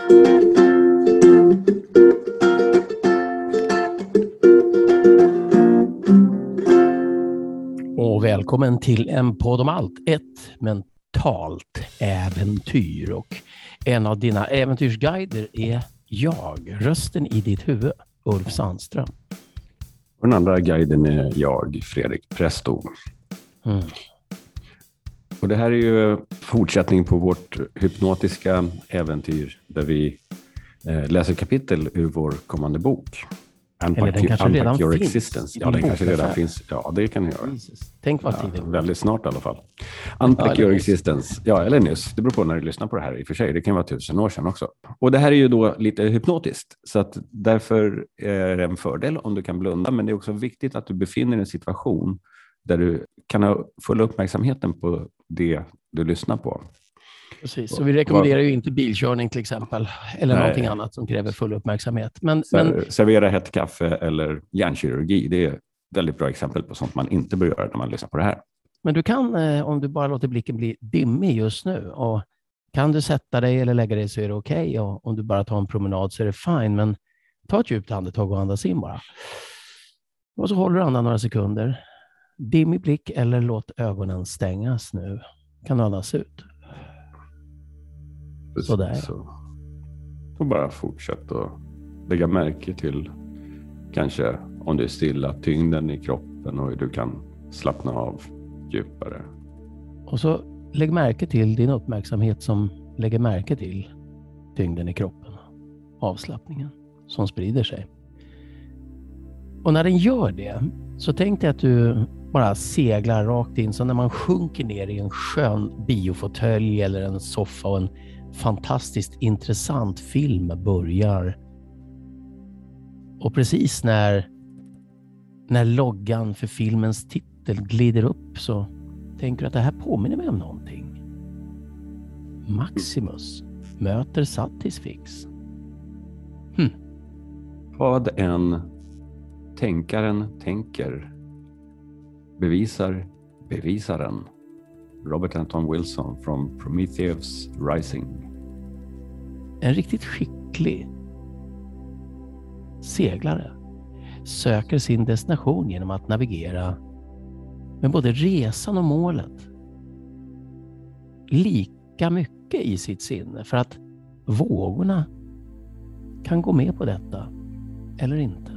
Och välkommen till en podd om allt, ett mentalt äventyr. Och en av dina äventyrsguider är jag, rösten i ditt huvud, Ulf Sandström. Och den andra guiden är jag, Fredrik Presto. Och det här är ju fortsättning på vårt hypnotiska äventyr där vi läser kapitel ur vår kommande bok. Eller den kanske redan your finns. Existence. Ja, den kanske redan finns. Ja, det kan jag göra. Tänk vad tiden. Väldigt snart i alla fall. Unpack your existence. Ja, eller nyss. Det beror på när du lyssnar på det här i och för sig. Det kan vara 1000 år sedan också. Och det här är ju då lite hypnotiskt. Så att därför är det en fördel om du kan blunda. Men det är också viktigt att du befinner dig i en situation där du kan ha full uppmärksamheten på det du lyssnar på. Precis, så vi rekommenderar ju inte bilkörning till exempel. Eller någonting annat som kräver full uppmärksamhet. Men servera hett kaffe eller hjärnkirurgi. Det är väldigt bra exempel på sånt man inte bör göra när man lyssnar på det här. Men du kan, om du bara låter blicken bli dimmig just nu, och kan du sätta dig eller lägga dig så är det okej. Och om du bara tar en promenad så är det fine. Men ta ett djupt andetag och andas in bara. Och så håller du andan några sekunder. Dimmig blick eller låt ögonen stängas nu. Kan du andas ut? Sådär. Och bara fortsätt att lägga märke till kanske om du är stilla, tyngden i kroppen och hur du kan slappna av djupare. Och så lägg märke till din uppmärksamhet som lägger märke till tyngden i kroppen. Avslappningen som sprider sig. Och när den gör det så tänk dig att du bara seglar rakt in, så när man sjunker ner i en skön biofåtölj eller en soffa och en fantastiskt intressant film börjar. Och precis när loggan för filmens titel glider upp så tänker du att det här påminner mig om någonting. Maximus möter Satisfix. Vad en tänkaren tänker bevisar bevisaren. Robert Anton Wilson från Prometheus Rising. En riktigt skicklig seglare söker sin destination genom att navigera med både resan och målet lika mycket i sitt sinne, för att vågorna kan gå med på detta eller inte.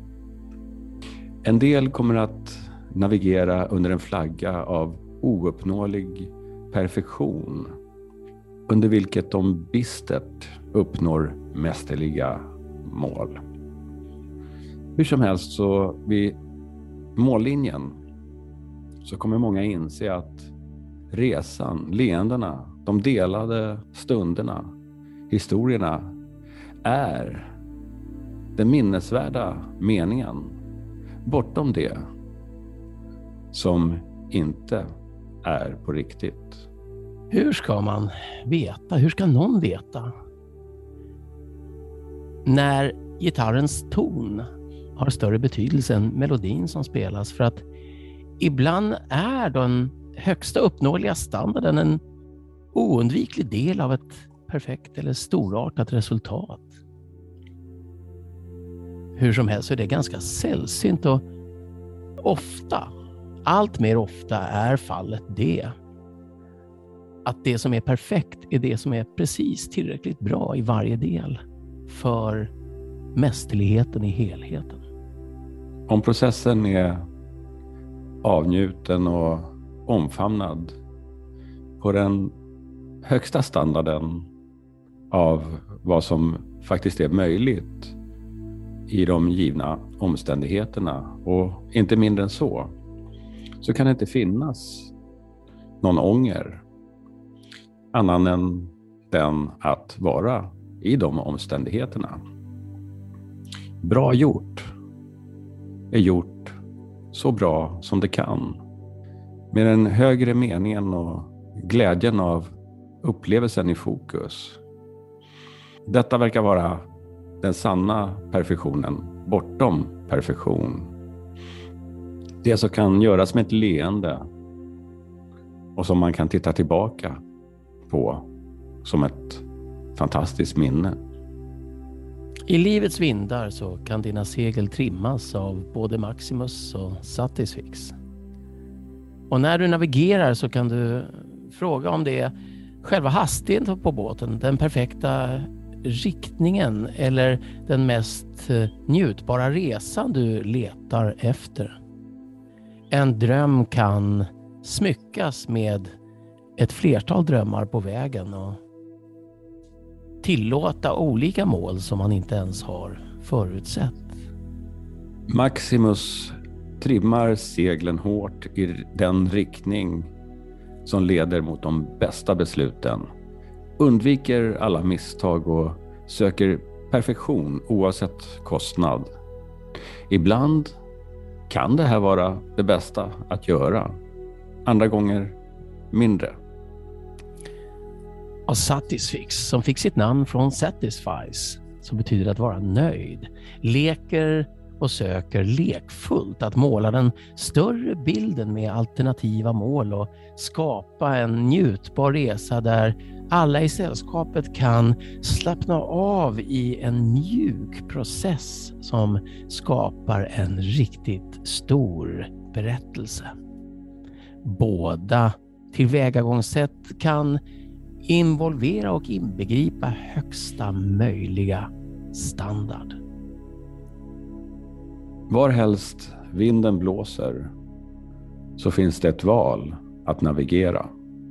En del kommer att navigera under en flagga av ouppnåelig perfektion, under vilket de bistert uppnår mästerliga mål. Hur som helst, så vid mållinjen så kommer många inse att resan, leendena, de delade stunderna, historierna är den minnesvärda meningen bortom det som inte är på riktigt. Hur ska man veta? Hur ska någon veta? När gitarrens ton har större betydelse än melodin som spelas, för att ibland är den högsta uppnåeliga standarden en oundviklig del av ett perfekt eller storartat resultat. Hur som helst är det ganska sällsynt, och ofta, allt mer ofta är fallet det. Att det som är perfekt är det som är precis tillräckligt bra i varje del för mästerligheten i helheten. Om processen är avnjuten och omfamnad på den högsta standarden av vad som faktiskt är möjligt i de givna omständigheterna, och inte mindre än så kan det inte finnas någon ånger annan än den att vara i de omständigheterna. Bra gjort är gjort så bra som det kan, med den högre meningen och glädjen av upplevelsen i fokus. Detta verkar vara den sanna perfektionen bortom perfektion. Det som kan göras med ett leende och som man kan titta tillbaka på som ett fantastiskt minne. I livets vindar så kan dina segel trimmas av både Maximus och Satisfix. Och när du navigerar så kan du fråga om det är själva hastigheten på båten, den perfekta riktningen eller den mest njutbara resan du letar efter. En dröm kan smyckas med ett flertal drömmar på vägen och tillåta olika mål som man inte ens har förutsett. Maximus trimmar seglen hårt i den riktning som leder mot de bästa besluten. Undviker alla misstag och söker perfektion oavsett kostnad. Ibland kan det här vara det bästa att göra. Andra gånger mindre. Och Satisfix, som fick sitt namn från satisfies, som betyder att vara nöjd, leker och söker lekfullt att måla den större bilden med alternativa mål och skapa en njutbar resa där alla i sällskapet kan slappna av i en mjuk process som skapar en riktigt stor berättelse. Båda tillvägagångssätt kan involvera och inbegripa högsta möjliga standard. Varhelst vinden blåser så finns det ett val att navigera.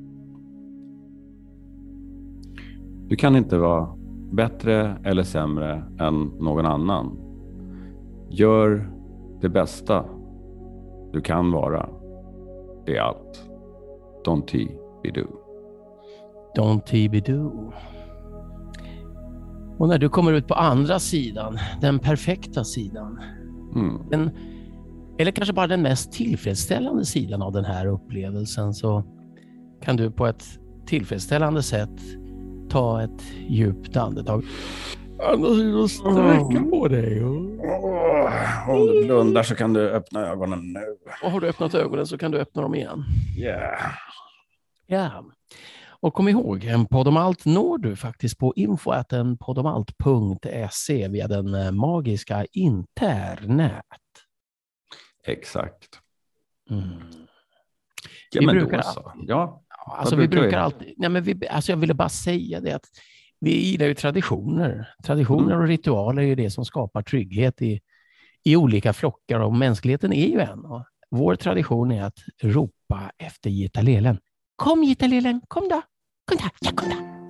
Du kan inte vara bättre eller sämre än någon annan. Gör det bästa du kan vara. Det är allt. Don't TBD. Don't TBD. Och när du kommer ut på andra sidan, den perfekta sidan, eller kanske bara den mest tillfredsställande sidan av den här upplevelsen, så kan du på ett tillfredsställande sätt ta ett djupt andetag. Annars är det att sträcka på dig. Om du blundar så kan du öppna ögonen nu. Och har du öppnat ögonen så kan du öppna dem igen. Yeah. Och kom ihåg, en podd om allt når du faktiskt på info@enpoddomalt.se via den magiska internet. Exakt. Vi brukar alltid... jag ville bara säga det att vi gillar ju traditioner. Traditioner och ritualer är ju det som skapar trygghet i olika flockar, och mänskligheten är ju en. Och vår tradition är att ropa efter Gitalelen. Kom Gitalelen, kom då! Kom då! Ja, kom då!